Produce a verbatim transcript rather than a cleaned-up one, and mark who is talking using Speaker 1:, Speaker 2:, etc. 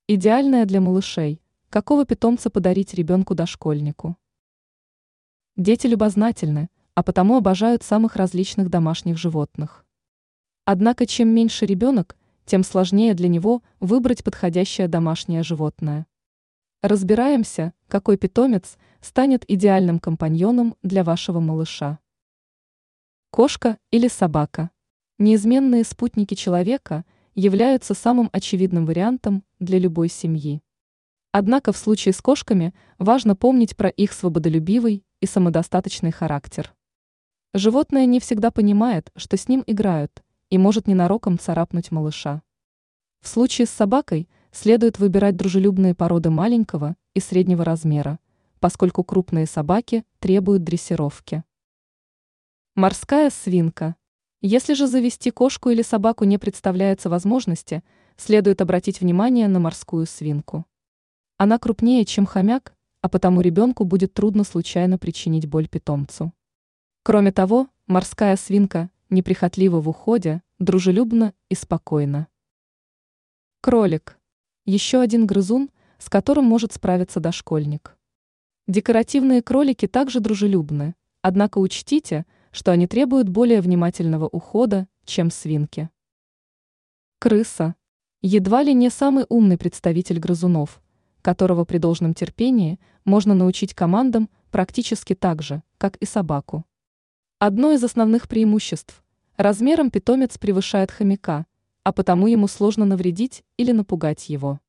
Speaker 1: Идеальная для малышей. Какого питомца подарить ребенку-дошкольнику? Дети любознательны, а потому обожают самых различных домашних животных. Однако чем меньше ребенок, тем сложнее для него выбрать подходящее домашнее животное. Разбираемся, какой питомец станет идеальным компаньоном для вашего малыша. Кошка или собака. Неизменные спутники человека являются самым очевидным вариантом для любой семьи. Однако в случае с кошками важно помнить про их свободолюбивый и самодостаточный характер. Животное не всегда понимает, что с ним играют, и может ненароком царапнуть малыша. В случае с собакой следует выбирать дружелюбные породы маленького и среднего размера, поскольку крупные собаки требуют дрессировки. Морская свинка. Если же завести кошку или собаку не представляется возможности, следует обратить внимание на морскую свинку. Она крупнее, чем хомяк, а потому ребенку будет трудно случайно причинить боль питомцу. Кроме того, морская свинка неприхотлива в уходе, дружелюбна и спокойна. Кролик. Еще один грызун, с которым может справиться дошкольник. Декоративные кролики также дружелюбны, однако учтите, что они требуют более внимательного ухода, чем свинки. Крыса. Едва ли не самый умный представитель грызунов, которого при должном терпении можно научить командам практически так же, как и собаку. Одно из основных преимуществ – размером питомец превышает хомяка, а потому ему сложно навредить или напугать его.